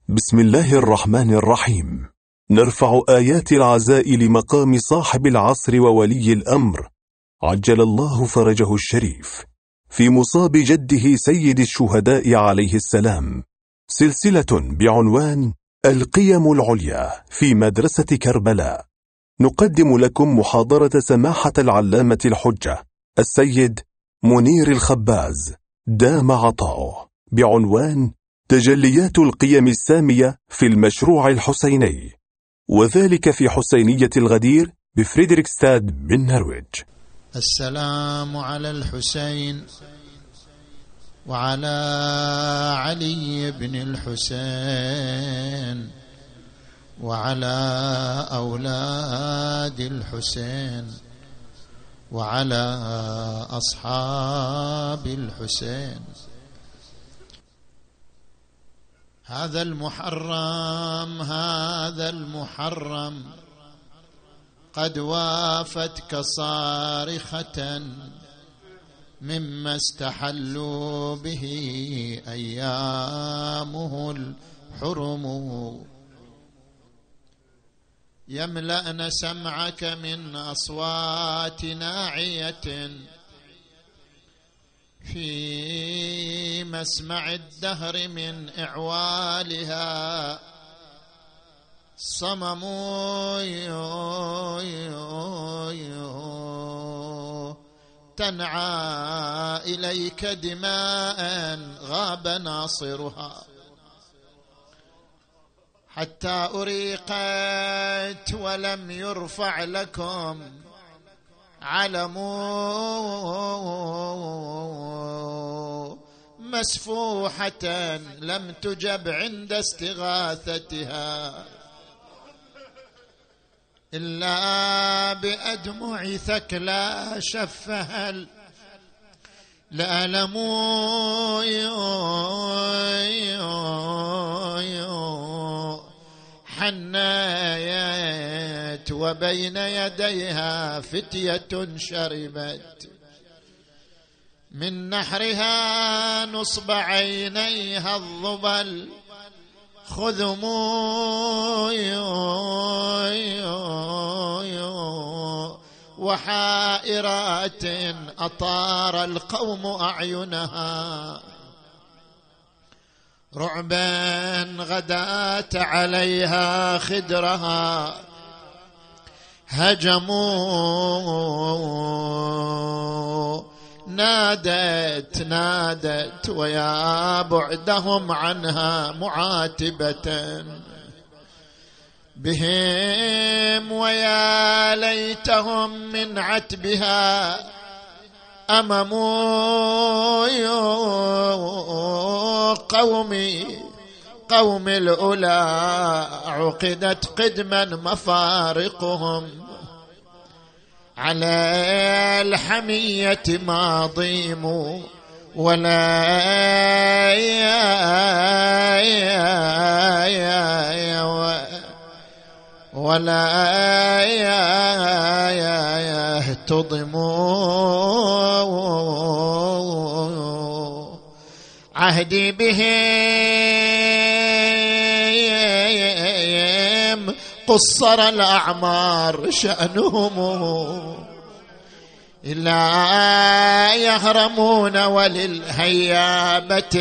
بسم الله الرحمن الرحيم. نرفع آيات العزاء لمقام صاحب العصر وولي الأمر عجل الله فرجه الشريف في مصاب جده سيد الشهداء عليه السلام، سلسلة بعنوان القيم العليا في مدرسة كربلاء. نقدم لكم محاضرة سماحة العلامة الحجة السيد منير الخباز دام عطاؤه بعنوان تجليات القيم السامية في المشروع الحسيني، وذلك في حسينية الغدير بفريدريكستاد بالنرويج. السلام على الحسين وعلى علي بن الحسين وعلى أولاد الحسين وعلى أصحاب الحسين. هذا المحرم قد وافتك صارخة مما استحلوا به أيامه الحرم، يملأن سمعك من أصوات ناعية في مسمع الدهر من إعوالها صمم تنعى إليك دماء غاب ناصرها، حتى أريقت ولم يرفع لكم علم مسفوحة لم تجب عند استغاثتها إلا بأدمع ثكلى شفها الألم، حنايت وبين يديها فتية شربت من نحرها نصب عينيها الظبل خذموا وحائرات أطار القوم أعينها رعبا غدات عليها خدرها هجموا نادت ويا بعدهم عنها معاتبة بهم ويا ليتهم من عتبها أمموا قوم الأولى عقدت قدما مفارقهم على الحمية ماضيم ولا يهتضموا عهدي بهم قصر الأعمار شأنهم إلا يهرمون وللهيابة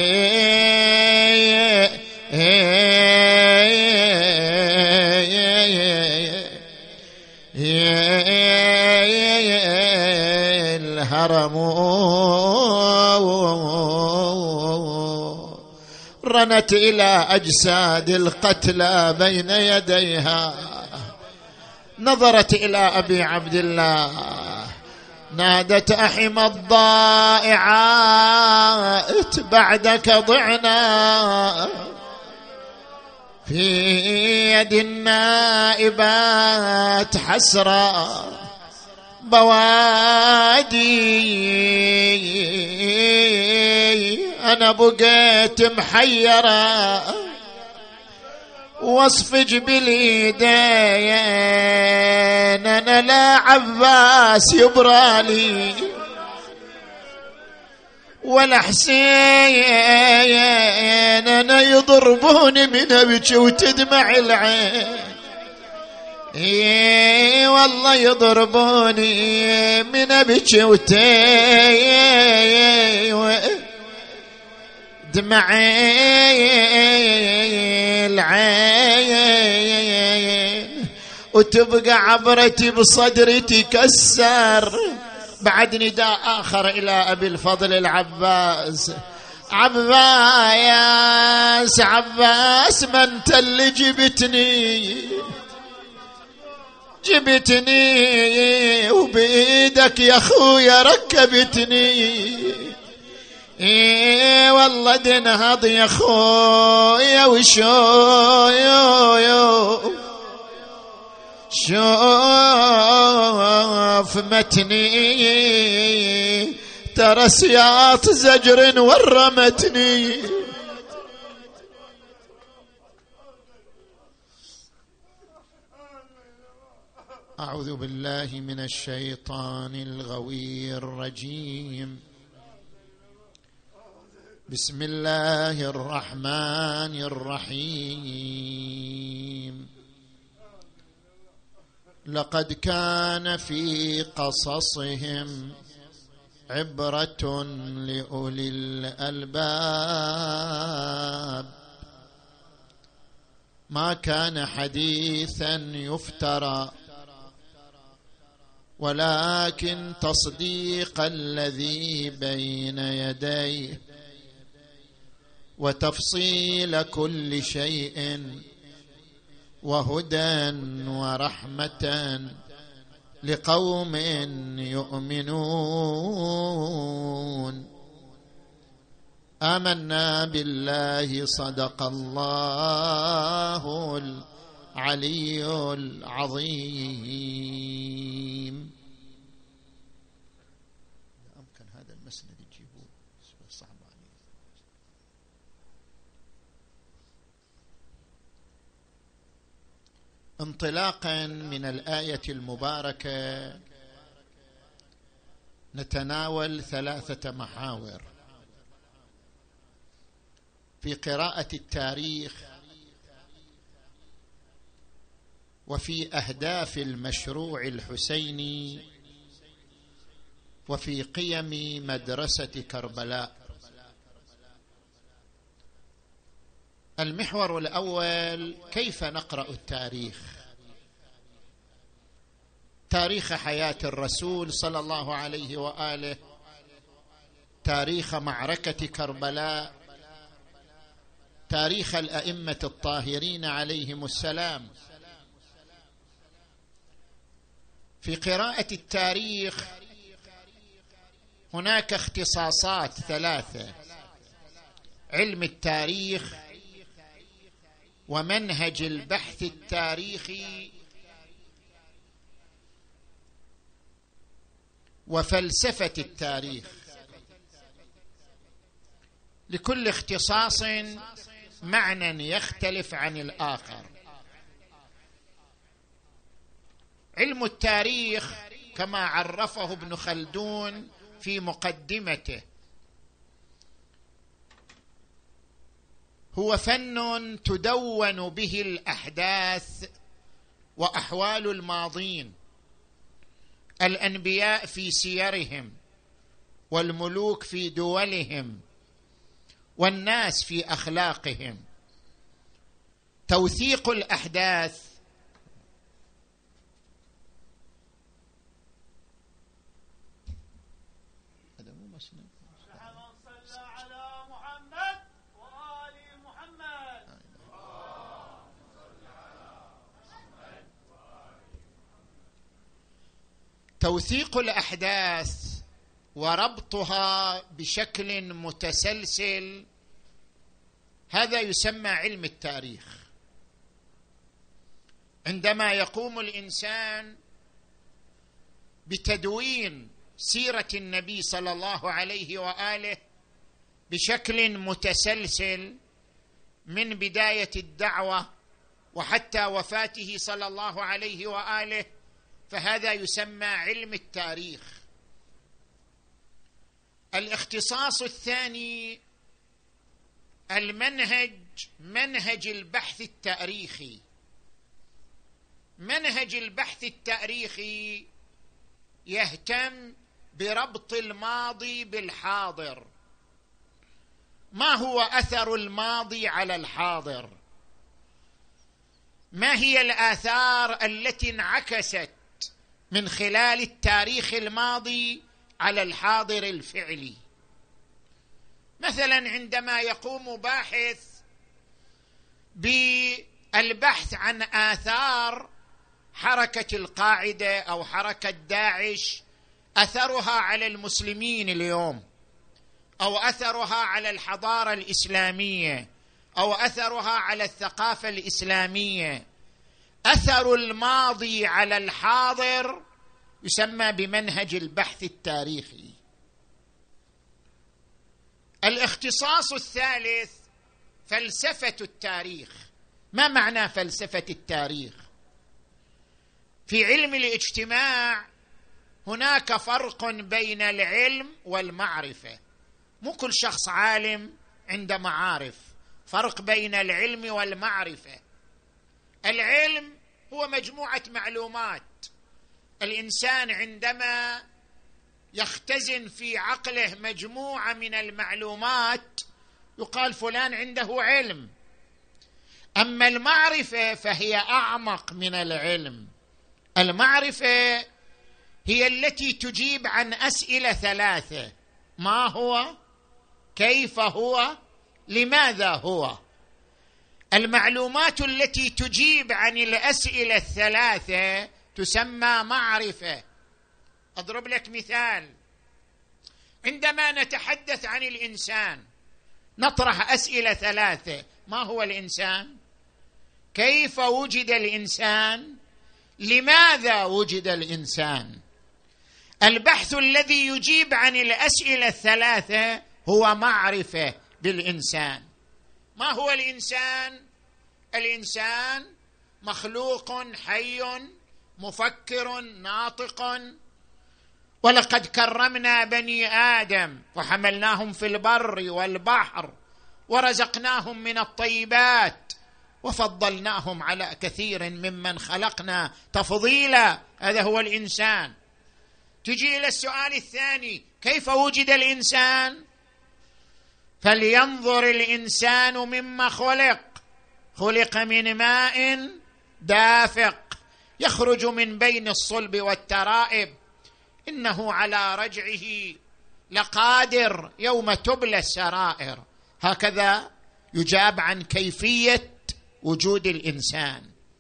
الهرم رنت إلى أجساد القتلى بين يديها، نظرت إلى أبي عبد الله نادت أحم الضائعات بعدك ضعنا في يد النائبات حسرا بوادي أنا بقيت محيرة واصفج باليدين أنا لا عباس يبرالي والحسين أنا يضربوني من أبكي وتدمع العين، اي والله يضربوني من أبكي دمع العين، وتبقى عبرتي بصدري تكسر. بعد نداء آخر إلى أبي الفضل العباس: عباس عباس ما أنت اللي جبتني وبإيدك يا أخويا ركبتني، إيه والله دنهض يا أخويا شوف متني ترى سياط زجر ورمتني. أعوذ بالله من الشيطان الغوي الرجيم. بسم الله الرحمن الرحيم. لقد كان في قصصهم عبرة لأولي الألباب ما كان حديثا يفترى ولكن تصديق الذي بين يديه وتفصيل كل شيء وهدى ورحمة لقوم يؤمنون. آمنا بالله صدق الله العلي العظيم. أمكن هذا المسند يجيبوه صعب عليه. انطلاقا من الآية المباركة نتناول 3 محاور في قراءة التاريخ وفي أهداف المشروع الحسيني وفي قيم مدرسة كربلاء. المحور الأول: كيف نقرأ التاريخ؟ تاريخ حياة الرسول صلى الله عليه وآله، تاريخ معركة كربلاء، تاريخ الأئمة الطاهرين عليهم السلام. في قراءة التاريخ هناك اختصاصات 3: علم التاريخ، ومنهج البحث التاريخي، وفلسفة التاريخ. لكل اختصاص معنى يختلف عن الآخر. علم التاريخ كما عرفه ابن خلدون في مقدمته هو فن تدون به الأحداث وأحوال الماضين، الأنبياء في سيرهم، والملوك في دولهم، والناس في أخلاقهم. توثيق الأحداث توثيق الأحداث وربطها بشكل متسلسل، هذا يسمى علم التاريخ. عندما يقوم الإنسان بتدوين سيرة النبي صلى الله عليه وآله بشكل متسلسل من بداية الدعوة وحتى وفاته صلى الله عليه وآله، فهذا يسمى علم التاريخ. الاختصاص الثاني منهج البحث التاريخي. منهج البحث التاريخي يهتم بربط الماضي بالحاضر. ما هو أثر الماضي على الحاضر؟ ما هي الآثار التي انعكست من خلال التاريخ الماضي على الحاضر الفعلي؟ مثلا عندما يقوم باحث بالبحث عن آثار حركة القاعدة أو حركة داعش، أثرها على المسلمين اليوم، أو أثرها على الحضارة الإسلامية، أو أثرها على الثقافة الإسلامية، أثر الماضي على الحاضر يسمى بمنهج البحث التاريخي. الاختصاص الثالث فلسفة التاريخ. ما معنى فلسفة التاريخ؟ في علم الاجتماع هناك فرق بين العلم والمعرفة. مو كل شخص عالم عنده معارف، فرق بين العلم والمعرفة. العلم هو مجموعة معلومات. الإنسان عندما يختزن في عقله مجموعة من المعلومات يقال فلان عنده علم. أما المعرفة فهي أعمق من العلم. المعرفة هي التي تجيب عن أسئلة ثلاثة: ما هو، كيف هو، لماذا هو. المعلومات التي تجيب عن الأسئلة الثلاثة تسمى معرفة. أضرب لك مثال. عندما نتحدث عن الإنسان نطرح أسئلة ثلاثة: ما هو الإنسان؟ كيف وجد الإنسان؟ لماذا وجد الإنسان؟ البحث الذي يجيب عن الأسئلة الثلاثة هو معرفة بالإنسان. ما هو الإنسان؟ الإنسان مخلوق حي مفكر ناطق، ولقد كرمنا بني آدم وحملناهم في البر والبحر ورزقناهم من الطيبات وفضلناهم على كثير ممن خلقنا تفضيلا. هذا هو الإنسان. تجي إلى السؤال الثاني: كيف وجد الإنسان؟ فلينظر الإنسان مما خلق. خلق من ماء دافق يخرج من بين الصلب والترائب، إنه على رجعه لقادر يوم تبلى السرائر. هكذا يجاب عن كيفية وجود الإنسان.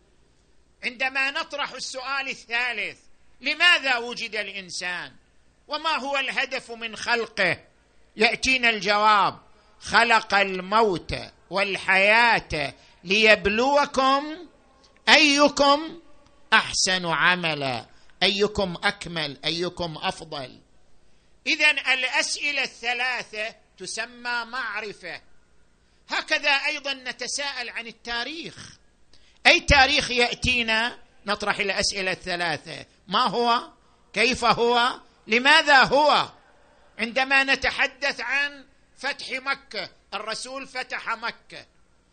عندما نطرح السؤال الثالث: لماذا وجد الإنسان وما هو الهدف من خلقه؟ يأتينا الجواب: خلق الموت والحياة ليبلوكم أيكم أحسن عملا، أيكم أكمل، أيكم أفضل. إذن الأسئلة الثلاثة تسمى معرفة. هكذا أيضا نتساءل عن التاريخ. أي تاريخ يأتينا نطرح الأسئلة الثلاثة: ما هو، كيف هو، لماذا هو. عندما نتحدث عن فتح مكة، الرسول فتح مكة،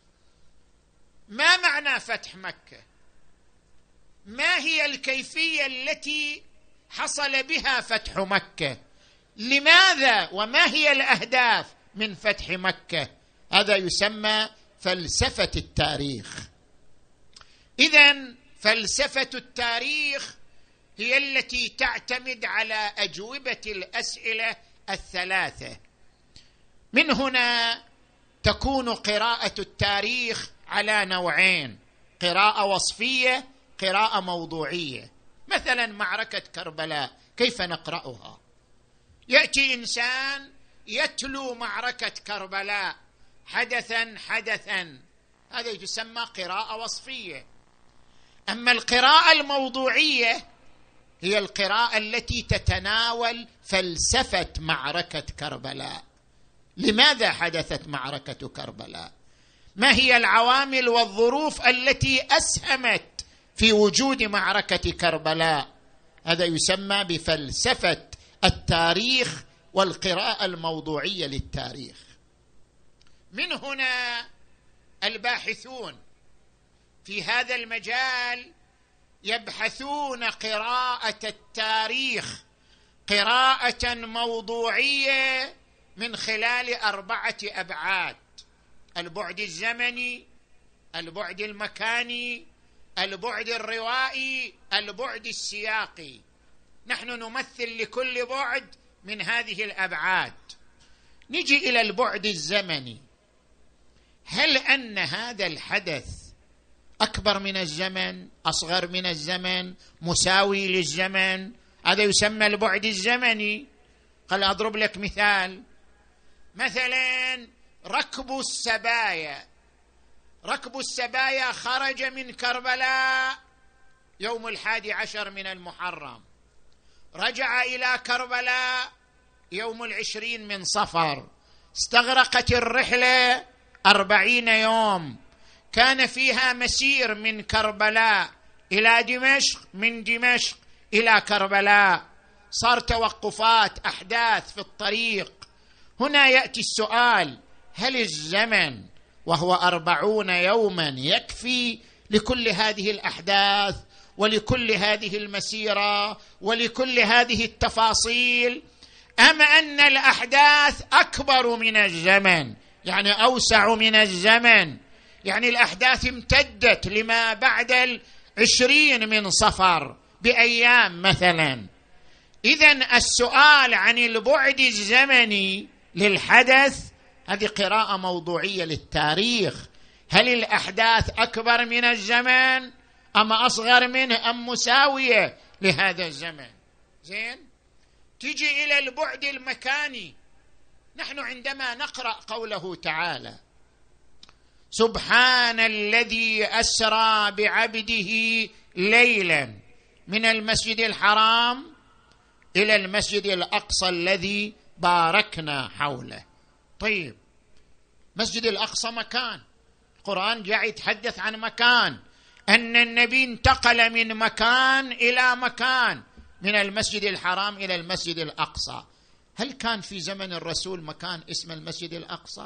ما معنى فتح مكة؟ ما هي الكيفية التي حصل بها فتح مكة؟ لماذا وما هي الأهداف من فتح مكة؟ هذا يسمى فلسفة التاريخ. إذن فلسفة التاريخ هي التي تعتمد على أجوبة الأسئلة الثلاثة. من هنا تكون قراءة التاريخ على نوعين: قراءة وصفية، قراءة موضوعية. مثلا معركة كربلاء كيف نقرأها؟ يأتي إنسان يتلو معركة كربلاء حدثا حدثا، هذا يسمى قراءة وصفية. أما القراءة الموضوعية هي القراءة التي تتناول فلسفة معركة كربلاء. لماذا حدثت معركة كربلاء؟ ما هي العوامل والظروف التي أسهمت في وجود معركة كربلاء؟ هذا يسمى بفلسفة التاريخ والقراءة الموضوعية للتاريخ. من هنا الباحثون في هذا المجال يبحثون قراءة التاريخ قراءة موضوعية من خلال 4 أبعاد: البعد الزمني، البعد المكاني، البعد الروائي، البعد السياقي. نحن نمثل لكل بعد من هذه الأبعاد. نجي إلى البعد الزمني. هل أن هذا الحدث أكبر من الزمن، أصغر من الزمن، مساوي للزمن؟ هذا يسمى البعد الزمني. خل أضرب لك مثال. مثلا ركب السبايا خرج من كربلاء يوم 11 من المحرم، رجع إلى كربلاء يوم 20 من صفر، استغرقت الرحلة 40 يوم، كان فيها مسير من كربلاء إلى دمشق، من دمشق إلى كربلاء، صار توقفات، أحداث في الطريق. هنا يأتي السؤال: هل الزمن وهو 40 يوما يكفي لكل هذه الأحداث ولكل هذه المسيرة ولكل هذه التفاصيل، أم أن الأحداث أكبر من الزمن، يعني أوسع من الزمن، يعني الأحداث امتدت لما بعد 20 من صفر بأيام مثلا؟ إذن السؤال عن البعد الزمني للحدث هذه قراءة موضوعية للتاريخ. هل الأحداث أكبر من الزمن أم أصغر منه أم مساوية لهذا الزمن؟ زين، تيجي إلى البعد المكاني. نحن عندما نقرأ قوله تعالى: سبحان الذي أسرى بعبده ليلا من المسجد الحرام إلى المسجد الأقصى الذي باركنا حوله. طيب، مسجد الأقصى مكان، القرآن جاء يتحدث عن مكان، أن النبي انتقل من مكان إلى مكان، من المسجد الحرام إلى المسجد الأقصى. هل كان في زمن الرسول مكان اسمه المسجد الأقصى؟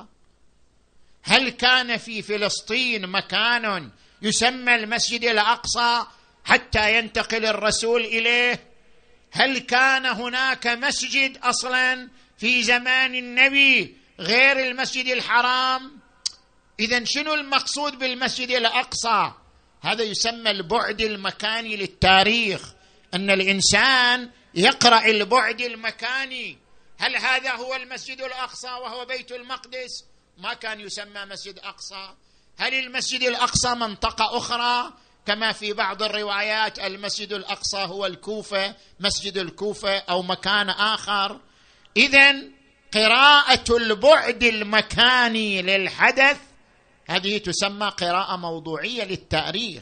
هل كان في فلسطين مكان يسمى المسجد الأقصى حتى ينتقل الرسول إليه؟ هل كان هناك مسجد أصلا في زمان النبي غير المسجد الحرام؟ إذن شنو المقصود بالمسجد الأقصى؟ هذا يسمى البعد المكاني للتاريخ، أن الإنسان يقرأ البعد المكاني. هل هذا هو المسجد الأقصى وهو بيت المقدس؟ ما كان يسمى مسجد أقصى. هل المسجد الأقصى منطقة أخرى كما في بعض الروايات المسجد الأقصى هو الكوفة، مسجد الكوفة أو مكان آخر؟ إذن قراءة البعد المكاني للحدث هذه تسمى قراءة موضوعية للتاريخ.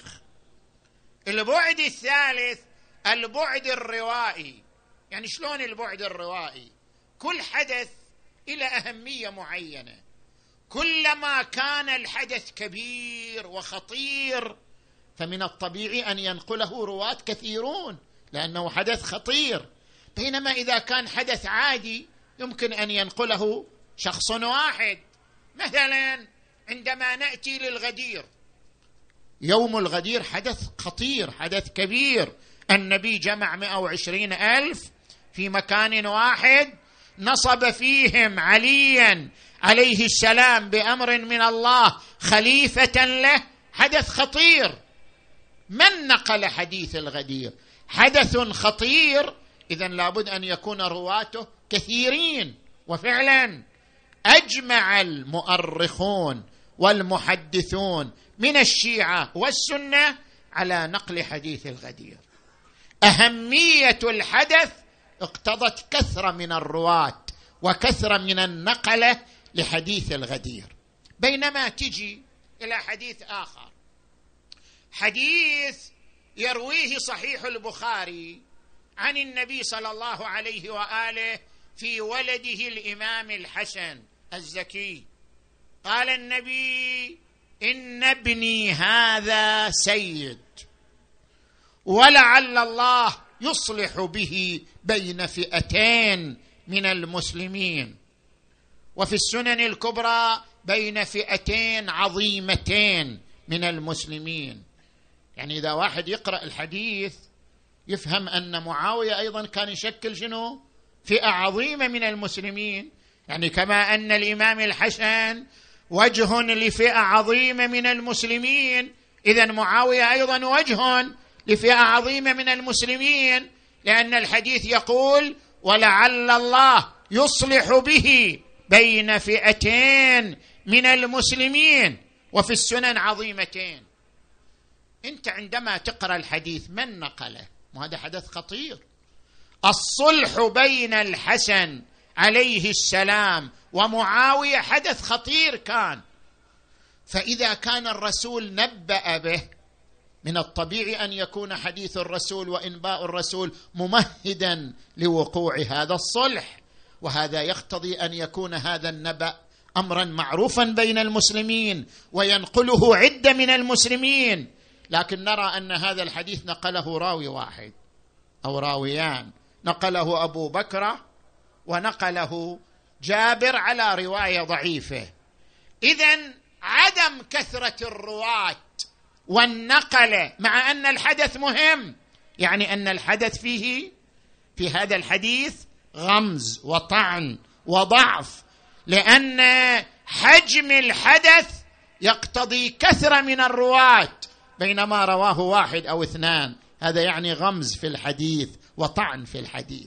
البعد الثالث البعد الروائي. يعني شلون البعد الروائي؟ كل حدث إلى أهمية معينة، كلما كان الحدث كبير وخطير فمن الطبيعي أن ينقله رواة كثيرون لأنه حدث خطير، بينما إذا كان حدث عادي يمكن أن ينقله شخص واحد. مثلا عندما نأتي للغدير، يوم الغدير حدث خطير، حدث كبير، النبي جمع 120,000 في مكان واحد، نصب فيهم عليا عليه السلام بأمر من الله خليفة له، حدث خطير. من نقل حديث الغدير؟ حدث خطير، إذن لابد أن يكون رواته كثيرين. وفعلا أجمع المؤرخون والمحدثون من الشيعة والسنة على نقل حديث الغدير. أهمية الحدث اقتضت كثرة من الرواة وكثرة من النقلة لحديث الغدير. بينما تجي إلى حديث آخر، حديث يرويه صحيح البخاري عن النبي صلى الله عليه وآله في ولده الإمام الحسن الزكي، قال النبي: إن ابني هذا سيد، ولعل الله يصلح به بين فئتين من المسلمين. وفي السنن الكبرى بين فئتين عظيمتين من المسلمين. يعني إذا واحد يقرأ الحديث يفهم أن معاوية أيضا كان يشكل شنو؟ فئة عظيمة من المسلمين. يعني كما أن الإمام الحسن وجه لفئة عظيمة من المسلمين، إذن معاوية أيضا وجه لفئة عظيمة من المسلمين، لأن الحديث يقول ولعل الله يصلح به بين فئتين من المسلمين وفي السنن عظيمتين. أنت عندما تقرأ الحديث من نقله؟ وهذا حدث خطير. الصلح بين الحسن عليه السلام ومعاوية حدث خطير كان. فإذا كان الرسول نبأ به، من الطبيعي أن يكون حديث الرسول وإنباء الرسول ممهدا لوقوع هذا الصلح، وهذا يقتضي أن يكون هذا النبأ أمرا معروفا بين المسلمين وينقله عدة من المسلمين. لكن نرى أن هذا الحديث نقله راوي واحد أو راويان، نقله أبو بكر ونقله جابر على رواية ضعيفة. إذن عدم كثرة الرواة والنقل مع أن الحدث مهم، يعني أن الحدث فيه في هذا الحديث غمز وطعن وضعف، لأن حجم الحدث يقتضي كثرة من الرواة بينما رواه واحد أو اثنان، هذا يعني غمز في الحديث وطعن في الحديث.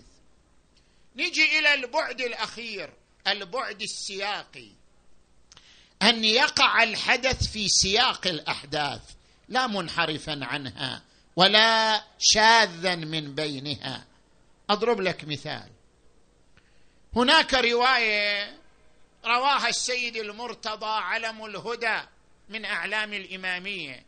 نجي إلى البعد الأخير، البعد السياقي، أن يقع الحدث في سياق الأحداث لا منحرفا عنها ولا شاذا من بينها. أضرب لك مثال. هناك رواية رواها السيد المرتضى علم الهدى من أعلام الإمامية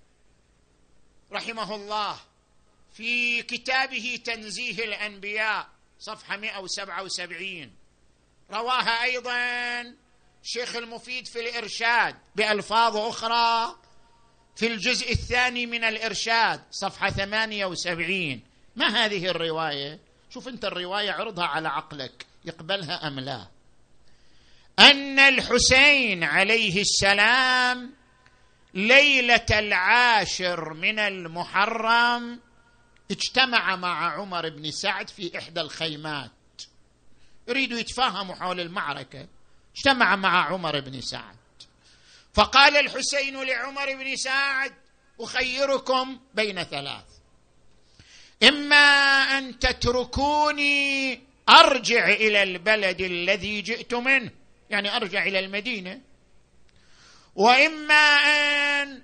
رحمه الله في كتابه تنزيه الأنبياء صفحة 177. رواها أيضا الشيخ المفيد في الإرشاد بألفاظ أخرى في الجزء الثاني من الإرشاد صفحة 78. ما هذه الرواية؟ شوف أنت الرواية عرضها على عقلك يقبلها أم لا. أن الحسين عليه السلام ليلة 10 من المحرم اجتمع مع عمر بن سعد في إحدى الخيمات، يريدوا يتفاهموا حول المعركة. اجتمع مع عمر بن سعد، فقال الحسين لعمر بن سعد أخيركم بين ثلاث، إما أن تتركوني أرجع إلى البلد الذي جئت منه، يعني أرجع إلى المدينة، وإما أن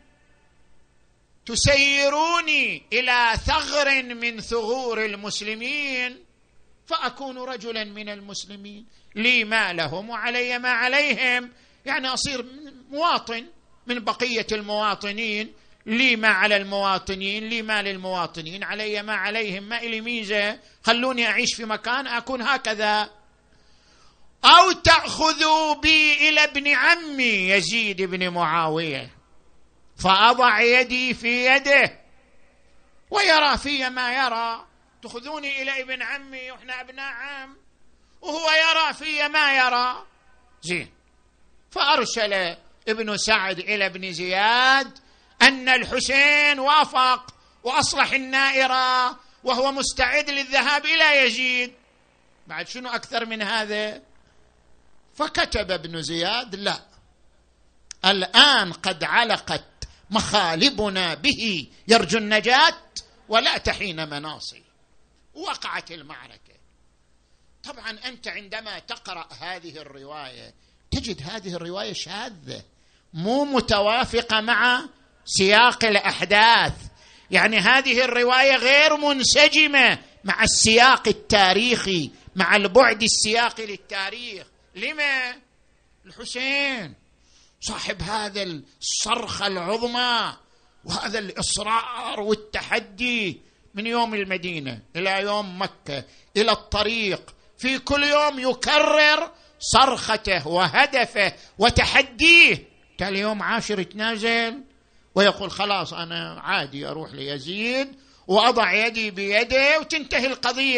تسيروني إلى ثغر من ثغور المسلمين فأكون رجلا من المسلمين، لي ما لهم وعلي ما عليهم، يعني أصير مواطن من بقية المواطنين، لي ما على المواطنين، لي ما للمواطنين، علي ما عليهم، ما إلي ميزة، خلوني أعيش في مكان أكون هكذا. أو تأخذوا بي إلى ابن عمي يزيد بن معاوية فأضع يدي في يده ويرى في ما يرى، تأخذوني إلى ابن عمي وإحنا أبناء عم وهو يرى في ما يرى. زين. فأرسل ابن سعد إلى ابن زياد أن الحسين وافق وأصلح النائرة وهو مستعد للذهاب إلى يزيد، بعد شنو أكثر من هذا؟ فكتب ابن زياد لا، الآن قد علقت مخالبنا به يرجو النجاة ولا تحين مناصي. وقعت المعركة. طبعا أنت عندما تقرأ هذه الرواية تجد هذه الرواية شاذة مو متوافقة مع سياق الأحداث، يعني هذه الرواية غير منسجمة مع السياق التاريخي، مع البعد السياقي للتاريخ. لما؟ الحسين صاحب هذا الصرخة العظمى وهذا الإصرار والتحدي من يوم المدينة إلى يوم مكة إلى الطريق، في كل يوم يكرر صرخته وهدفه وتحديه. تالي يوم 10 يتنازل ويقول خلاص أنا عادي أروح ليزيد وأضع يدي بيده وتنتهي القضية.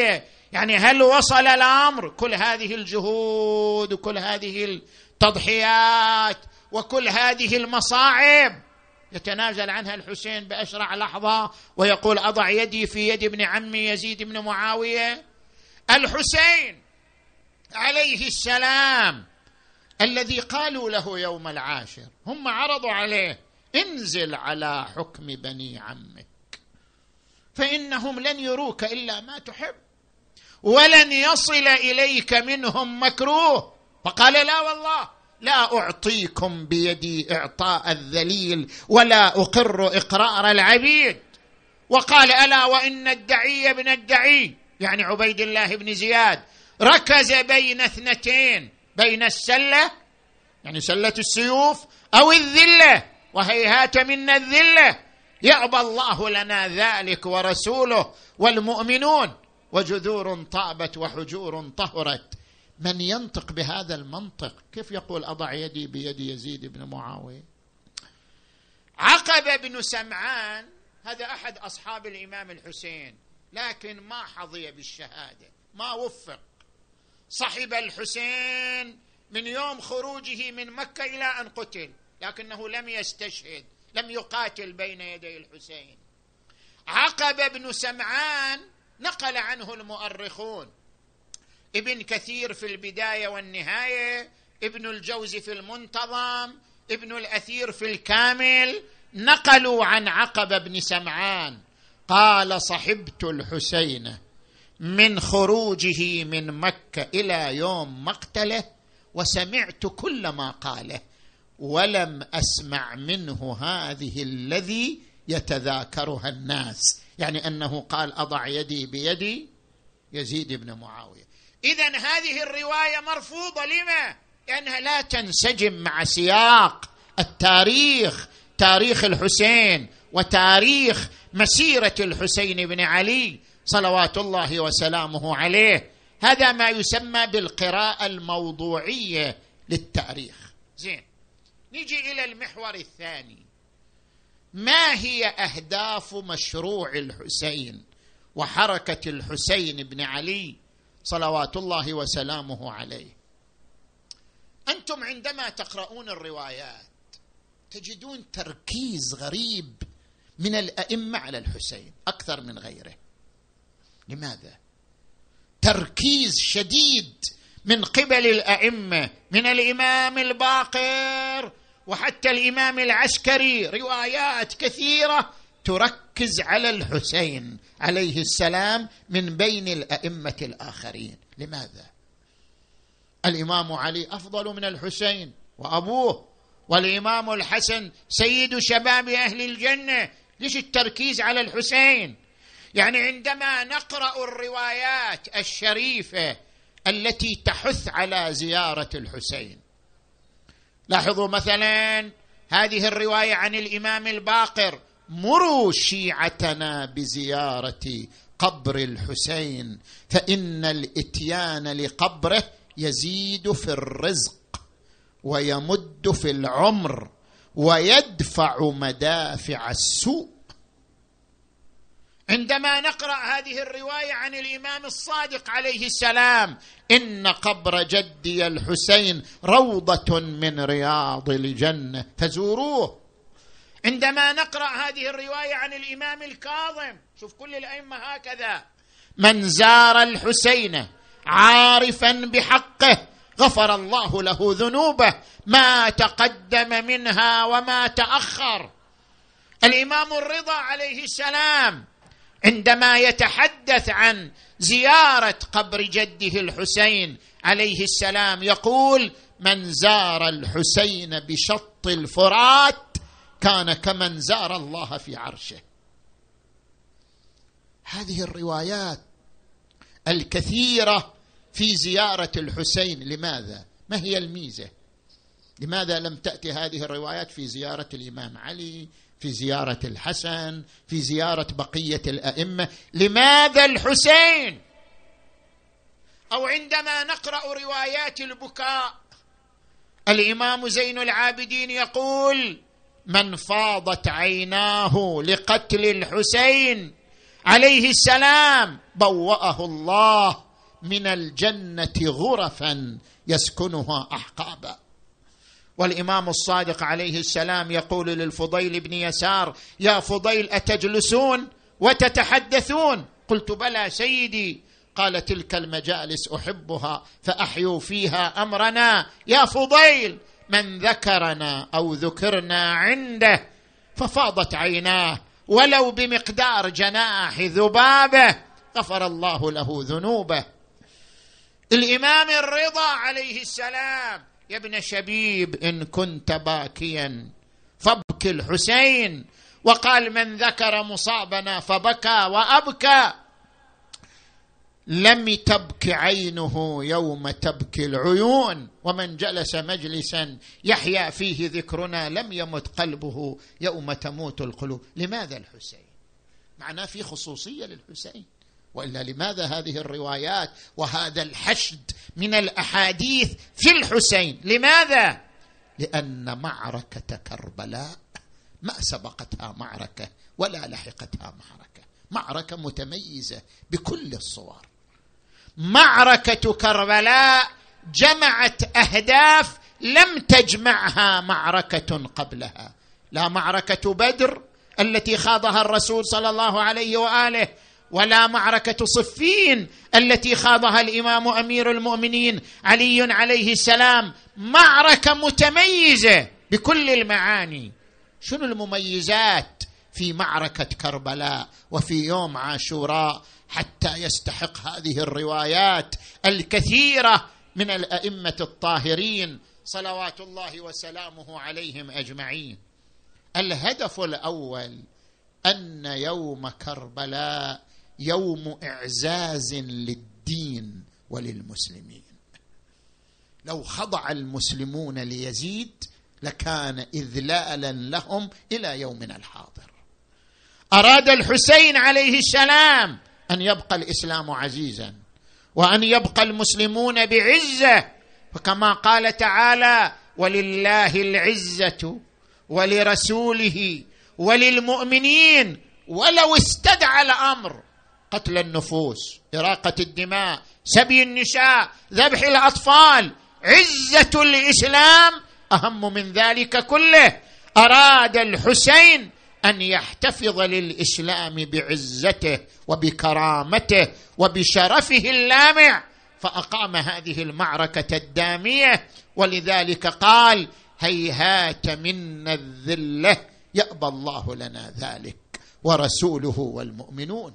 يعني هل وصل الأمر كل هذه الجهود وكل هذه التضحيات وكل هذه المصاعب يتنازل عنها الحسين بأسرع لحظة ويقول أضع يدي في يد ابن عمي يزيد بن معاوية؟ الحسين عليه السلام الذي قالوا له يوم العاشر، هم عرضوا عليه انزل على حكم بني عمك فإنهم لن يروك إلا ما تحب ولن يصل إليك منهم مكروه، فقال لا والله لا أعطيكم بيدي إعطاء الذليل ولا أقر إقرار العبيد. وقال ألا وإن الدعي بن الدعي يعني عبيد الله بن زياد ركز بين اثنتين، بين السلة يعني سلة السيوف أو الذلة، وهيهات منا الذلة، يأبى الله لنا ذلك ورسوله والمؤمنون، وجذور طابت وحجور طهرت. من ينطق بهذا المنطق؟ كيف يقول أضع يدي بيد يزيد بن معاوية؟ عقبة بن سمعان هذا أحد أصحاب الإمام الحسين، لكن ما حظي بالشهادة، ما وفق. صحب الحسين من يوم خروجه من مكة إلى أن قتل، لكنه لم يستشهد، لم يقاتل بين يدي الحسين. عقبة بن سمعان نقل عنه المؤرخون، ابن كثير في البداية والنهاية، ابن الجوزي في المنتظم، ابن الأثير في الكامل، نقلوا عن عقبة بن سمعان قال صحبت الحسين من خروجه من مكة إلى يوم مقتله وسمعت كل ما قاله ولم أسمع منه هذه الذي يتذاكرها الناس، يعني أنه قال أضع يدي بيدي يزيد بن معاوية. إذن هذه الرواية مرفوضة. لما؟ لأنها لا تنسجم مع سياق التاريخ، تاريخ الحسين وتاريخ مسيرة الحسين بن علي صلوات الله وسلامه عليه. هذا ما يسمى بالقراءة الموضوعية للتاريخ. زين، نيجي إلى المحور الثاني. ما هي أهداف مشروع الحسين وحركة الحسين بن علي صلوات الله وسلامه عليه؟ أنتم عندما تقرؤون الروايات تجدون تركيز غريب من الأئمة على الحسين أكثر من غيره. لماذا؟ تركيز شديد من قبل الأئمة، من الإمام الباقر وحتى الإمام العسكري، روايات كثيرة تركز على الحسين عليه السلام من بين الأئمة الآخرين. لماذا؟ الإمام علي أفضل من الحسين وأبوه، والإمام الحسن سيد شباب أهل الجنة. ليش التركيز على الحسين؟ يعني عندما نقرأ الروايات الشريفة التي تحث على زيارة الحسين، لاحظوا مثلا هذه الرواية عن الإمام الباقر: مروا شيعتنا بزيارة قبر الحسين فإن الإتيان لقبره يزيد في الرزق ويمد في العمر ويدفع مدافع السوء. عندما نقرأ هذه الرواية عن الإمام الصادق عليه السلام: إن قبر جدي الحسين روضة من رياض الجنة فزوروه. عندما نقرأ هذه الرواية عن الإمام الكاظم، شوف كل الأئمة هكذا: من زار الحسين عارفا بحقه غفر الله له ذنوبه ما تقدم منها وما تأخر. الإمام الرضا عليه السلام عندما يتحدث عن زيارة قبر جده الحسين عليه السلام يقول: من زار الحسين بشط الفرات كان كمن زار الله في عرشه. هذه الروايات الكثيرة في زيارة الحسين، لماذا؟ ما هي الميزة؟ لماذا لم تأتي هذه الروايات في زيارة الإمام علي، في زيارة الحسن، في زيارة بقية الأئمة؟ لماذا الحسين؟ أو عندما نقرأ روايات البكاء، الإمام زين العابدين يقول: من فاضت عيناه لقتل الحسين عليه السلام بوأه الله من الجنة غرفا يسكنها أحقابا. والإمام الصادق عليه السلام يقول للفضيل بن يسار: يا فضيل أتجلسون وتتحدثون؟ قلت: بلى سيدي. قال: تلك المجالس أحبها فأحيوا فيها أمرنا يا فضيل. من ذكرنا أو ذكرنا عنده ففاضت عيناه ولو بمقدار جناح ذبابة غفر الله له ذنوبه. الإمام الرضا عليه السلام: يا ابن شبيب إن كنت باكيا فابكي الحسين. وقال: من ذكر مصابنا فبكى وأبكى لم تبك عينه يوم تبكي العيون، ومن جلس مجلسا يحيا فيه ذكرنا لم يمت قلبه يوم تموت القلوب. لماذا الحسين؟ معناه في خصوصية للحسين، وإلا لماذا هذه الروايات وهذا الحشد من الأحاديث في الحسين؟ لماذا؟ لأن معركة كربلاء ما سبقتها معركة ولا لحقتها معركة متميزة بكل الصور. معركة كربلاء جمعت أهداف لم تجمعها معركة قبلها، لا معركة بدر التي خاضها الرسول صلى الله عليه وآله، ولا معركة صفين التي خاضها الإمام أمير المؤمنين علي عليه السلام. معركة متميزة بكل المعاني. شنو المميزات في معركة كربلاء وفي يوم عاشوراء حتى يستحق هذه الروايات الكثيرة من الأئمة الطاهرين صلوات الله وسلامه عليهم أجمعين؟ الهدف الأول أن يوم كربلاء يوم إعزاز للدين وللمسلمين. لو خضع المسلمون ليزيد لكان إذلالا لهم إلى يومنا الحاضر. أراد الحسين عليه السلام أن يبقى الإسلام عزيزا وأن يبقى المسلمون بعزة، فكما قال تعالى: ولله العزة ولرسوله وللمؤمنين ولو استدعى الأمر قتل النفوس، إراقة الدماء، سبي النساء، ذبح الأطفال. عزة الإسلام أهم من ذلك كله. أراد الحسين أن يحتفظ للإسلام بعزته وبكرامته وبشرفه اللامع، فأقام هذه المعركة الدامية. ولذلك قال: هيهات منا الذلة يأبى الله لنا ذلك ورسوله والمؤمنون.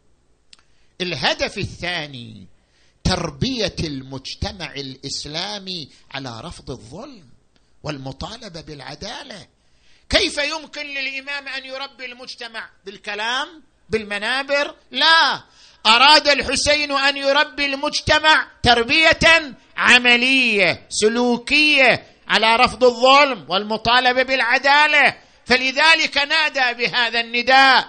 الهدف الثاني تربية المجتمع الإسلامي على رفض الظلم والمطالبة بالعدالة. كيف يمكن للإمام أن يربي المجتمع؟ بالكلام؟ بالمنابر؟ لا، أراد الحسين أن يربي المجتمع تربية عملية سلوكية على رفض الظلم والمطالبة بالعدالة. فلذلك نادى بهذا النداء: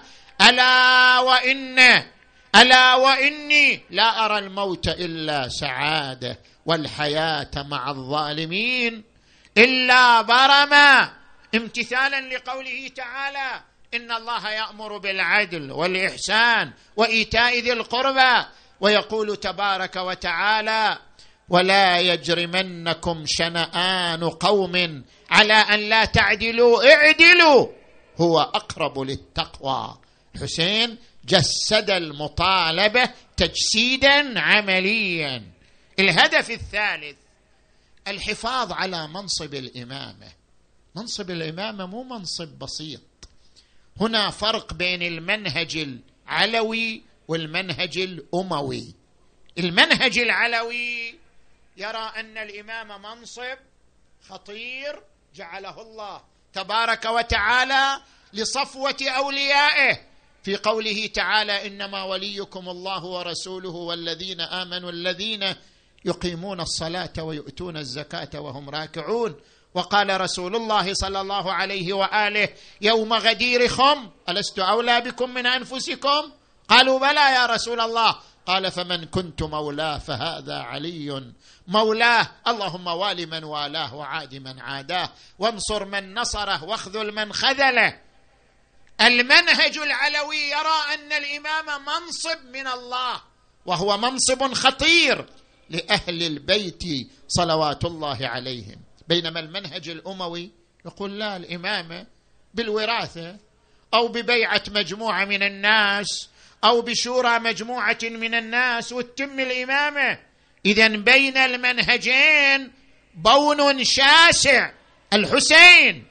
ألا وإني لا أرى الموت إلا سعادة والحياة مع الظالمين إلا برما، امتثالا لقوله تعالى: إن الله يأمر بالعدل والإحسان وإيتاء ذي القربى، ويقول تبارك وتعالى: ولا يجرمنكم شنآن قوم على أن لا تعدلوا اعدلوا هو أقرب للتقوى. حسين جسد المطالبة تجسيدا عمليا. الهدف الثالث الحفاظ على منصب الإمامة. منصب الإمامة مو منصب بسيط. هنا فرق بين المنهج العلوي والمنهج الأموي. المنهج العلوي يرى أن الإمام منصب خطير جعله الله تبارك وتعالى لصفوة أوليائه، في قوله تعالى: إنما وليكم الله ورسوله والذين آمنوا الذين يقيمون الصلاة ويؤتون الزكاة وهم راكعون. وقال رسول الله صلى الله عليه وآله: يوم غدير خم ألست أولى بكم من أنفسكم؟ قالوا: بلى يا رسول الله. قال: فمن كنت مولاه فهذا علي مولاه، اللهم وال من والاه وعاد من عاداه وانصر من نصره واخذل من خذله. المنهج العلوي يرى أن الإمامة منصب من الله، وهو منصب خطير لأهل البيت صلوات الله عليهم، بينما المنهج الأموي يقول لا، الإمامة بالوراثة أو ببيعة مجموعة من الناس أو بشورى مجموعة من الناس وتتم الإمامة. إذن بين المنهجين بون شاسع. الحسين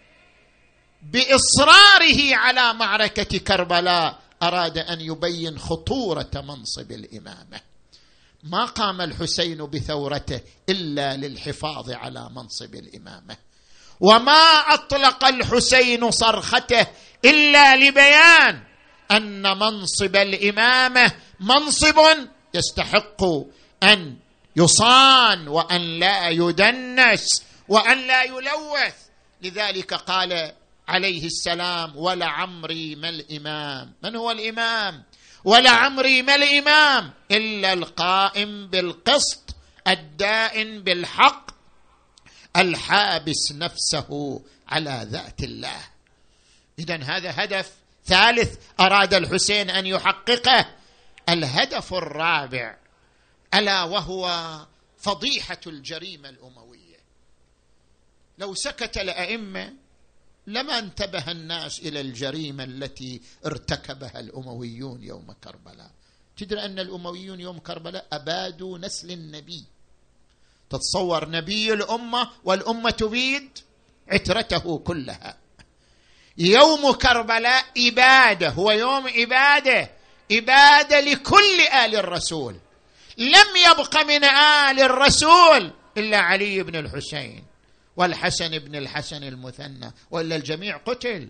بإصراره على معركة كربلاء أراد أن يبين خطورة منصب الإمامة. ما قام الحسين بثورته إلا للحفاظ على منصب الإمامة، وما أطلق الحسين صرخته إلا لبيان أن منصب الإمامة منصب يستحق أن يصان وأن لا يدنس وأن لا يلوث. لذلك قال عليه السلام: ولعمري ما الإمام. من هو الإمام؟ ولعمري ما الإمام إلا القائم بالقسط الدائن بالحق الحابس نفسه على ذات الله. إذن هذا هدف ثالث أراد الحسين أن يحققه. الهدف الرابع ألا وهو فضيحة الجريمة الأموية. لو سكت الأئمة لما انتبه الناس إلى الجريمة التي ارتكبها الأمويون يوم كربلاء. تدري أن الأمويون يوم كربلاء أبادوا نسل النبي. تتصور نبي الأمة والأمة تبيد عترته كلها. يوم كربلاء إبادة، هو يوم إبادة لكل آل الرسول. لم يبق من آل الرسول إلا علي بن الحسين والحسن بن الحسن المثنى، وإلا الجميع قتل.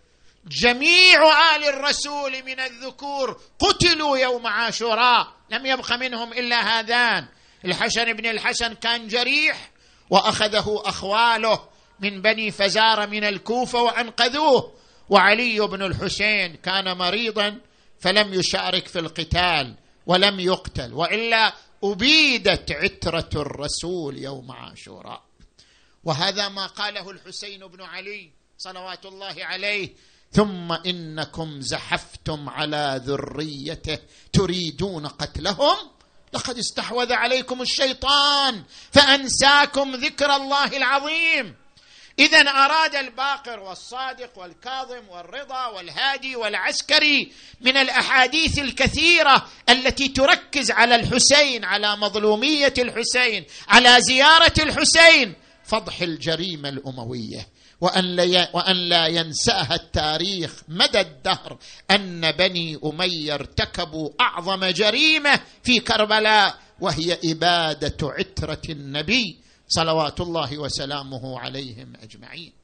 جميع آل الرسول من الذكور قتلوا يوم عاشوراء، لم يبق منهم إلا هذان. الحسن بن الحسن كان جريح وأخذه أخواله من بني فزارة من الكوفة وأنقذوه، وعلي بن الحسين كان مريضا فلم يشارك في القتال ولم يقتل، وإلا أبيدت عترة الرسول يوم عاشوراء. وهذا ما قاله الحسين بن علي صلوات الله عليه: ثم إنكم زحفتم على ذريته تريدون قتلهم لقد استحوذ عليكم الشيطان فأنساكم ذكر الله العظيم. إذن أراد الباقر والصادق والكاظم والرضا والهادي والعسكري من الأحاديث الكثيرة التي تركز على الحسين، على مظلومية الحسين، على زيارة الحسين، فضح الجريمة الأموية، وأن لا ينساها التاريخ مدى الدهر أن بني أمية ارتكبوا أعظم جريمة في كربلاء، وهي إبادة عترة النبي صلوات الله وسلامه عليهم أجمعين.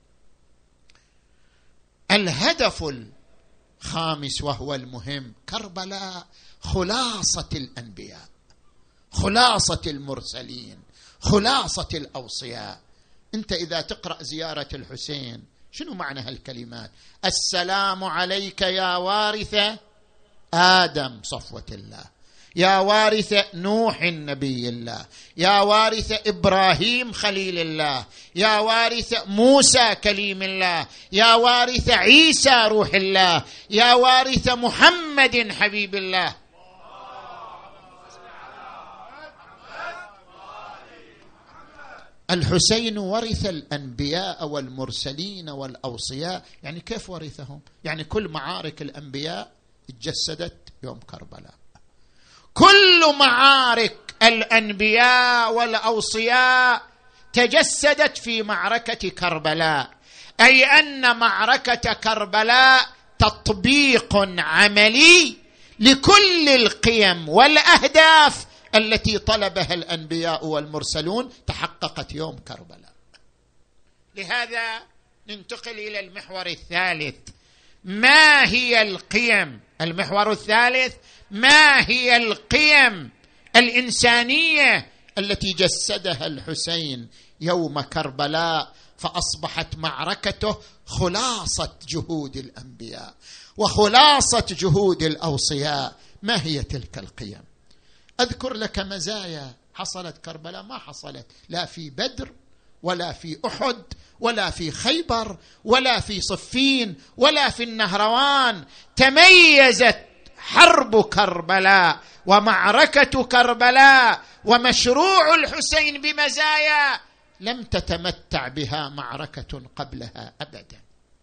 الهدف الخامس وهو المهم: كربلاء خلاصة الأنبياء، خلاصة المرسلين، خلاصة الأوصياء. أنت إذا تقرأ زيارة الحسين شنو معنى هالكلمات؟ السلام عليك يا وارث آدم صفوة الله، يا وارث نوح نبي الله، يا وارث إبراهيم خليل الله، يا وارث موسى كليم الله، يا وارث عيسى روح الله، يا وارث محمد حبيب الله. الحسين ورث الأنبياء والمرسلين والأوصياء. يعني كيف ورثهم؟ يعني كل معارك الأنبياء تجسدت يوم كربلاء، كل معارك الأنبياء والأوصياء تجسدت في معركة كربلاء، أي أن معركة كربلاء تطبيق عملي لكل القيم والأهداف التي طلبها الأنبياء والمرسلون تحققت يوم كربلاء. لهذا ننتقل إلى المحور الثالث: ما هي القيم؟ المحور الثالث: ما هي القيم الإنسانية التي جسدها الحسين يوم كربلاء، فأصبحت معركته خلاصة جهود الأنبياء وخلاصة جهود الأوصياء. ما هي تلك القيم؟ أذكر لك مزايا حصلت كربلاء ما حصلت لا في بدر ولا في أحد ولا في خيبر ولا في صفين ولا في النهروان. تميزت حرب كربلاء ومعركة كربلاء ومشروع الحسين بمزايا لم تتمتع بها معركة قبلها أبدا.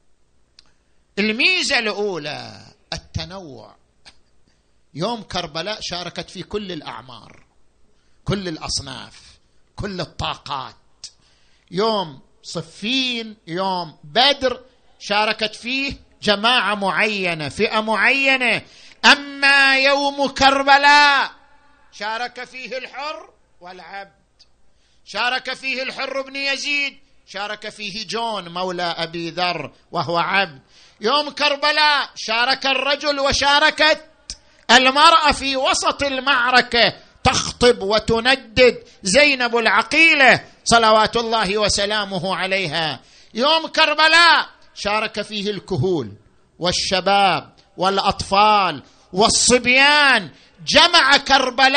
الميزة الأولى التنوع. يوم كربلاء شاركت في كل الأعمار، كل الأصناف، كل الطاقات. يوم صفين، يوم بدر شاركت فيه جماعة معينة، فئة معينة. أما يوم كربلاء شارك فيه الحر والعبد، شارك فيه الحر بن يزيد، شارك فيه جون مولى أبي ذر وهو عبد. يوم كربلاء شارك الرجل وشاركت المرأة في وسط المعركة، تخطب وتندد زينب العقيلة صلوات الله وسلامه عليها. يوم كربلاء شارك فيه الكهول والشباب والأطفال والصبيان. جمعت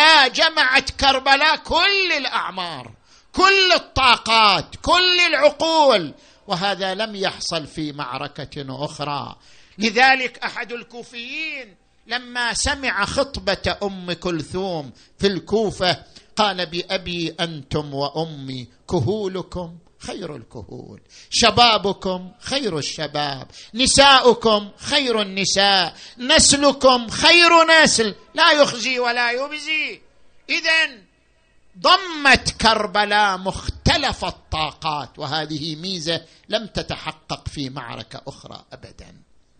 كربلاء كل الأعمار، كل الطاقات، كل العقول، وهذا لم يحصل في معركة أخرى. لذلك أحد الكوفيين لما سمع خطبة أم كلثوم في الكوفة قال: بأبي أنتم وأمي، كهولكم خير الكهول، شبابكم خير الشباب، نساؤكم خير النساء، نسلكم خير نسل لا يخزي ولا يبزي. إذن ضمت كربلاء مختلف الطاقات، وهذه ميزة لم تتحقق في معركة أخرى أبدا.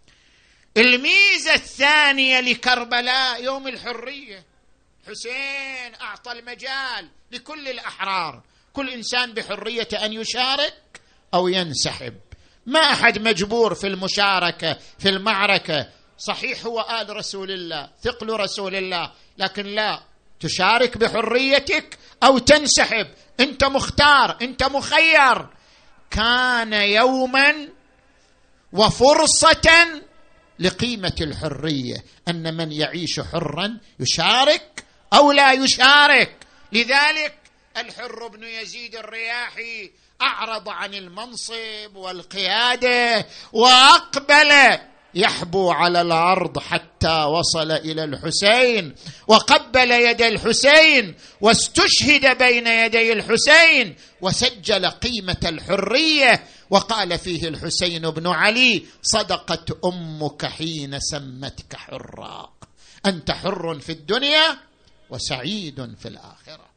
الميزة الثانية لكربلاء يوم الحرية. حسين أعطى المجال لكل الأحرار، كل إنسان بحرية أن يشارك أو ينسحب، ما أحد مجبور في المشاركة في المعركة. صحيح هو آل رسول الله، ثقل رسول الله، لكن لا، تشارك بحريتك أو تنسحب، أنت مختار، أنت مخير. كان يوما وفرصة لقيمة الحرية، أن من يعيش حرا يشارك أو لا يشارك. لذلك الحر بن يزيد الرياحي أعرض عن المنصب والقيادة وأقبل يحبو على الأرض حتى وصل إلى الحسين وقبل يد الحسين واستشهد بين يدي الحسين وسجل قيمة الحرية. وقال فيه الحسين بن علي: صدقت أمك حين سمتك حرا، أنت حر في الدنيا وسعيد في الآخرة.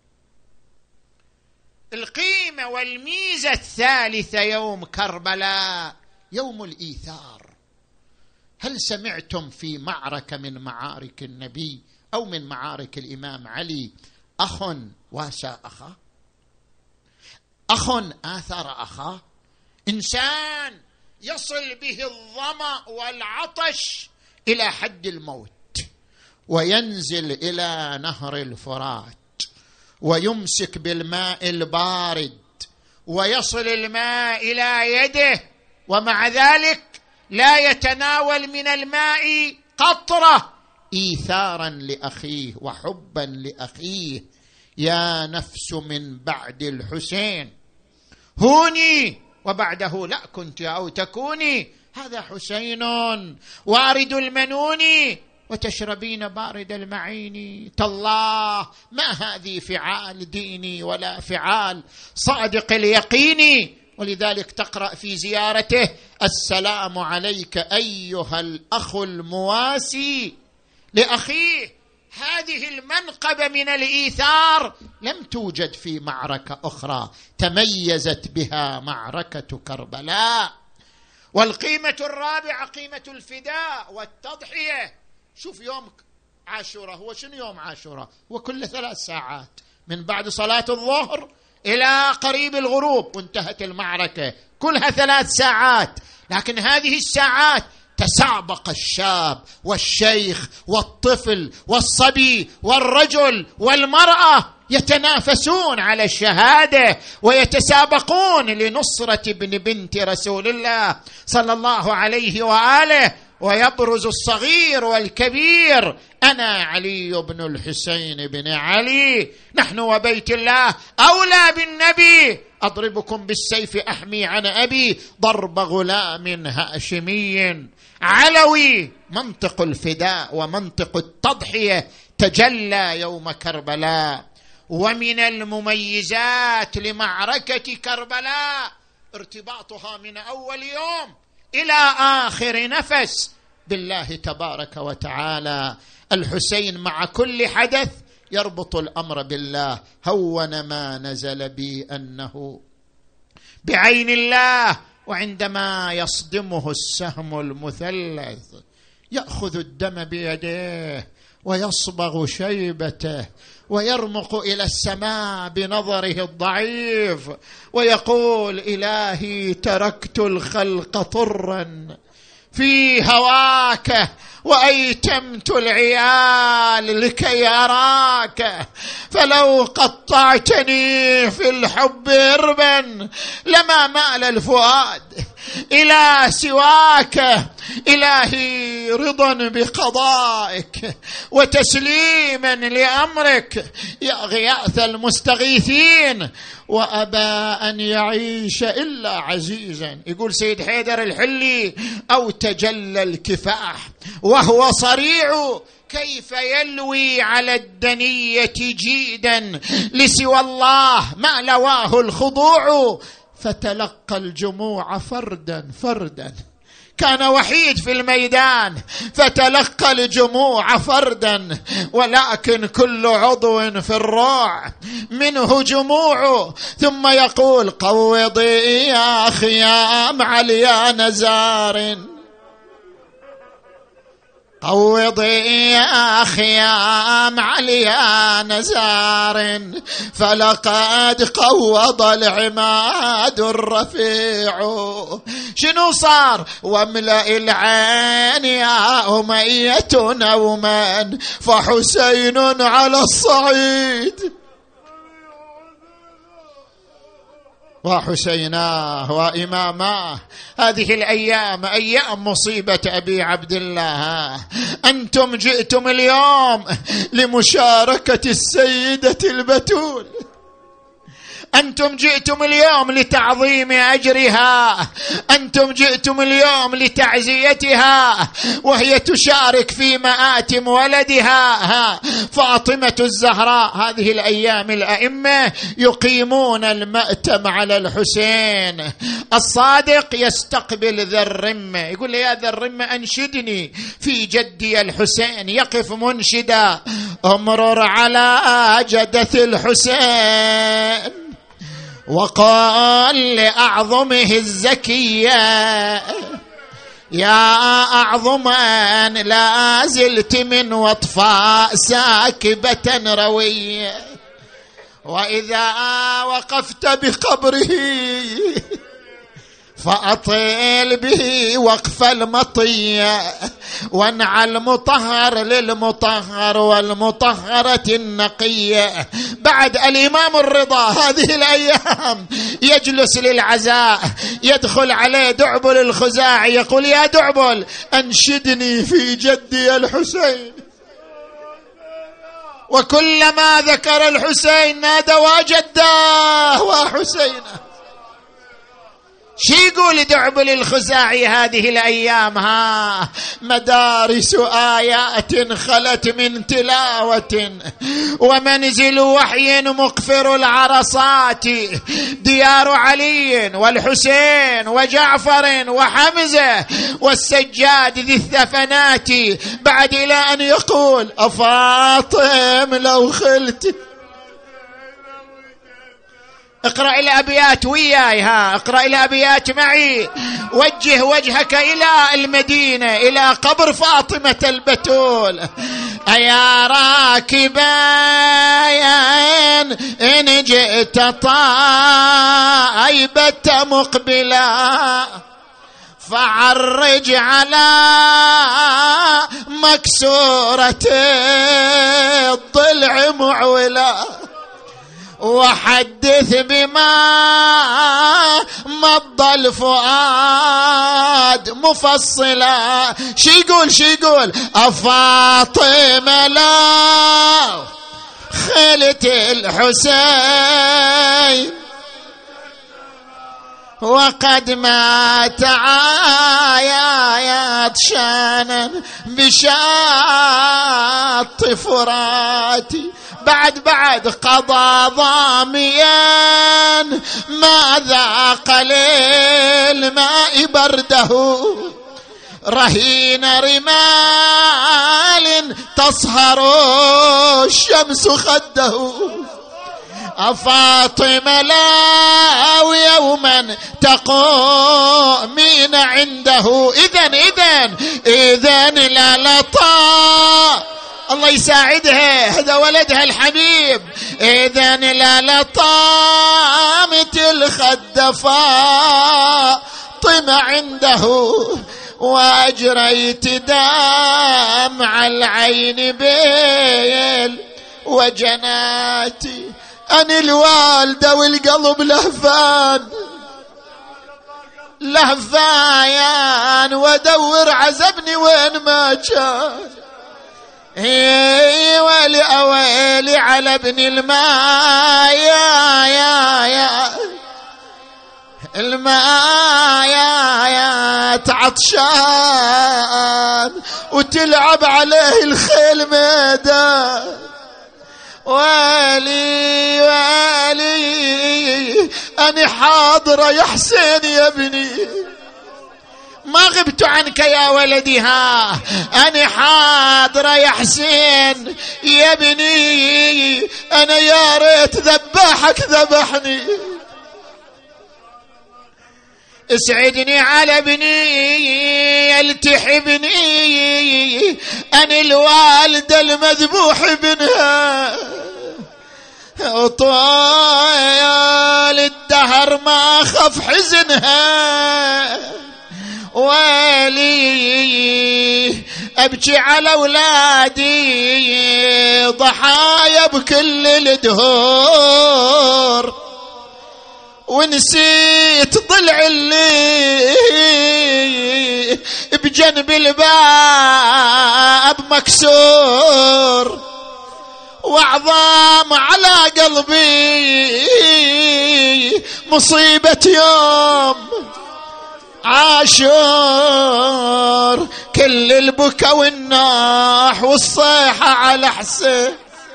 القيمة والميزة الثالثة يوم كربلاء يوم الإيثار. هل سمعتم في معركة من معارك النبي أو من معارك الإمام علي أخ واسى أخاه، أخ آثر أخاه؟ إنسان يصل به الظمأ والعطش إلى حد الموت وينزل إلى نهر الفرات ويمسك بالماء البارد ويصل الماء إلى يده، ومع ذلك لا يتناول من الماء قطرة إيثارا لأخيه وحبا لأخيه. يا نفس من بعد الحسين هوني وبعده لا كنت أو تكوني، هذا حسين وارد المنون وتشربين بارد المعين. تالله ما هذه فعال ديني ولا فعال صادق اليقين. ولذلك تقرأ في زيارته: السلام عليك أيها الأخ المواسي لأخيه. هذه المنقبة من الإيثار لم توجد في معركة أخرى تميزت بها معركة كربلاء. والقيمة الرابعة قيمة الفداء والتضحية. شوف يوم عاشوراء، هو شنو يوم عاشوراء؟ هو كل 3 ساعات من بعد صلاة الظهر إلى قريب الغروب وانتهت المعركة، كلها 3 ساعات. لكن هذه الساعات تسابق الشاب والشيخ والطفل والصبي والرجل والمرأة، يتنافسون على الشهادة ويتسابقون لنصرة ابن بنت رسول الله صلى الله عليه وآله. ويبرز الصغير والكبير: أنا علي بن الحسين بن علي، نحن وبيت الله أولى بالنبي، أضربكم بالسيف أحمي عن أبي ضرب غلام هاشمي علوي. منطق الفداء ومنطق التضحية تجلى يوم كربلاء. ومن المميزات لمعركة كربلاء ارتباطها من أول يوم إلى آخر نفس بالله تبارك وتعالى. الحسين مع كل حدث يربط الأمر بالله: هون ما نزل بي أنه بعين الله. وعندما يصدمه السهم المثلث يأخذ الدم بيديه ويصبغ شيبته ويرمق إلى السماء بنظره الضعيف ويقول: إلهي تركت الخلق طرا في هواك وأيتمت العيال لكي أراك، فلو قطعتني في الحب إربا لما مال الفؤاد إلى سواك. إلهي رضا بقضائك وتسليما لأمرك يا غياث المستغيثين، وأبى أن يعيش إلا عزيزا. يقول سيد حيدر الحلي: أو تجلى الكفاح وهو صريع، كيف يلوي على الدنية جيدا لسوى الله ما لواه الخضوع، فتلقى الجموع فردا فردا. كان وحيد في الميدان فتلقى الجموع فردا، ولكن كل عضو في الروع منه جموع. ثم يقول: قوضي يا خيام عليا نزار، قوضي يا خيام عليا نزار، فلقد قوض العماد الرفيع. شنو صار؟ واملأ العين يا أمية نوما، فحسين على الصعيد وحسيناه وإماماه. هذه الأيام أيام مصيبة أبي عبد الله. أنتم جئتم اليوم لمشاركة السيدة البتول، أنتم جئتم اليوم لتعظيم أجرها، أنتم جئتم اليوم لتعزيتها، وهي تشارك في مآتم ولدها فاطمة الزهراء. هذه الأيام الأئمة يقيمون المأتم على الحسين. الصادق يستقبل ذا الرمة، يقول: يا ذا الرمة أنشدني في جدي الحسين. يقف منشدا: أمرر على جدث الحسين وقال لأعظمه الزكية: يا أعظما لا زلت من وطفاء ساكبة روية، وإذا وقفت بقبره فأطيل به وقف المطية، وانع المطهر للمطهر والمطهرة النقية. بعد الإمام الرضا هذه الأيام يجلس للعزاء، يدخل عليه دعبل الخزاعي يقول: يا دعبل أنشدني في جدي الحسين. وكلما ذكر الحسين نادى: وجداه وحسينه. شي يقول دعبل الخزاعي هذه الأيام؟ مدارس آيات خلت من تلاوة، ومنزل وحي مقفر العرصات، ديار علي والحسين وجعفر وحمزة والسجاد ذي الثفنات. بعد إلى أن يقول: أفاطم لو خلت. اقرأ الأبيات وياي، اقرأ الأبيات معي. وجه وجهك إلى المدينة، إلى قبر فاطمة البتول. أيا راكبا إن جئت طائبة مقبلا، فعرج على مكسورة الضلع معولا، وحدث بما مضى الفؤاد مفصلا. شي يقول أفاطمة لا خلت الحسين وقد مات عايات شانا بشاط فراتي. بعد قضى ضاميا ما ذاق للماء برده رهين رمال تصهر الشمس خده. أفاطمة لا يوما تقومين عنده. إذن لا لطا الله يساعدها، هذا ولدها الحبيب. إذن لا لطامت الخد فاطمة عنده وأجريت دمع العين بيل وجناتي. أنا الوالدة والقلب لهفان وادور عزبني وين ما كان. ويلي أويلي على ابن الماء يا الماء يا عطشان وتلعب عليه الخيل ميدان. ويلي أنا حاضرة يا حسين يا ابني، ما غبت عنك يا ولدي، ها أنا حاضرة يا حسين يا ابني. أنا يا ريت ذباحك ذبحني، اسعدني على ابني يلتحبني. أنا الوالدة المذبوح بنها وطال الدهر ما خف حزنها. ويلي أبكي على أولادي ضحايا بكل الدهور ونسيت ضلع اللي بجنب الباب مكسور وعظام على قلبي مصيبة يوم عاشور. كل البكا والناح والصيحة على حسين.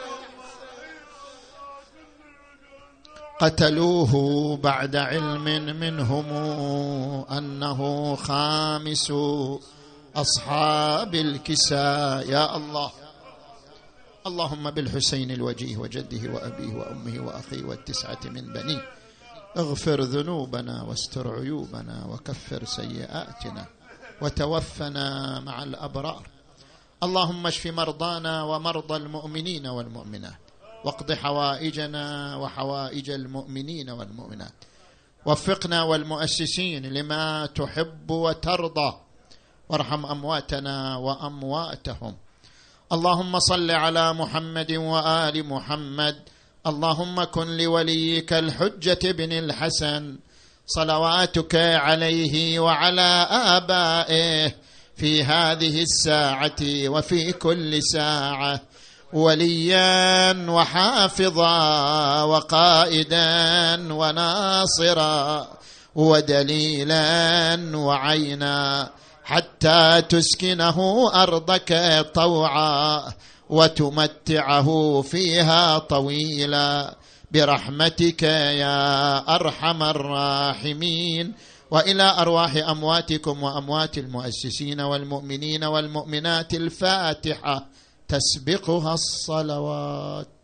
قتلوه بعد علم منهم أنه خامس أصحاب الكساء. يا الله، اللهم بالحسين الوجيه وجده وأبيه وأمه وأخيه والتسعة من بنيه اغفر ذنوبنا واستر عيوبنا وكفر سيئاتنا وتوفنا مع الأبرار. اللهم اشف مرضانا ومرضى المؤمنين والمؤمنات واقض حوائجنا وحوائج المؤمنين والمؤمنات. وفقنا والمؤسسين لما تحب وترضى وارحم أمواتنا وأمواتهم. اللهم صل على محمد وآل محمد. اللهم كن لوليك الحجة بن الحسن صلواتك عليه وعلى آبائه في هذه الساعة وفي كل ساعة وليا وحافظا وقائدا وناصرا ودليلا وعينا حتى تسكنه أرضك طوعا وتمتعه فيها طويلا برحمتك يا أرحم الراحمين. وإلى أرواح أمواتكم وأموات المؤسسين والمؤمنين والمؤمنات الفاتحة تسبقها الصلوات.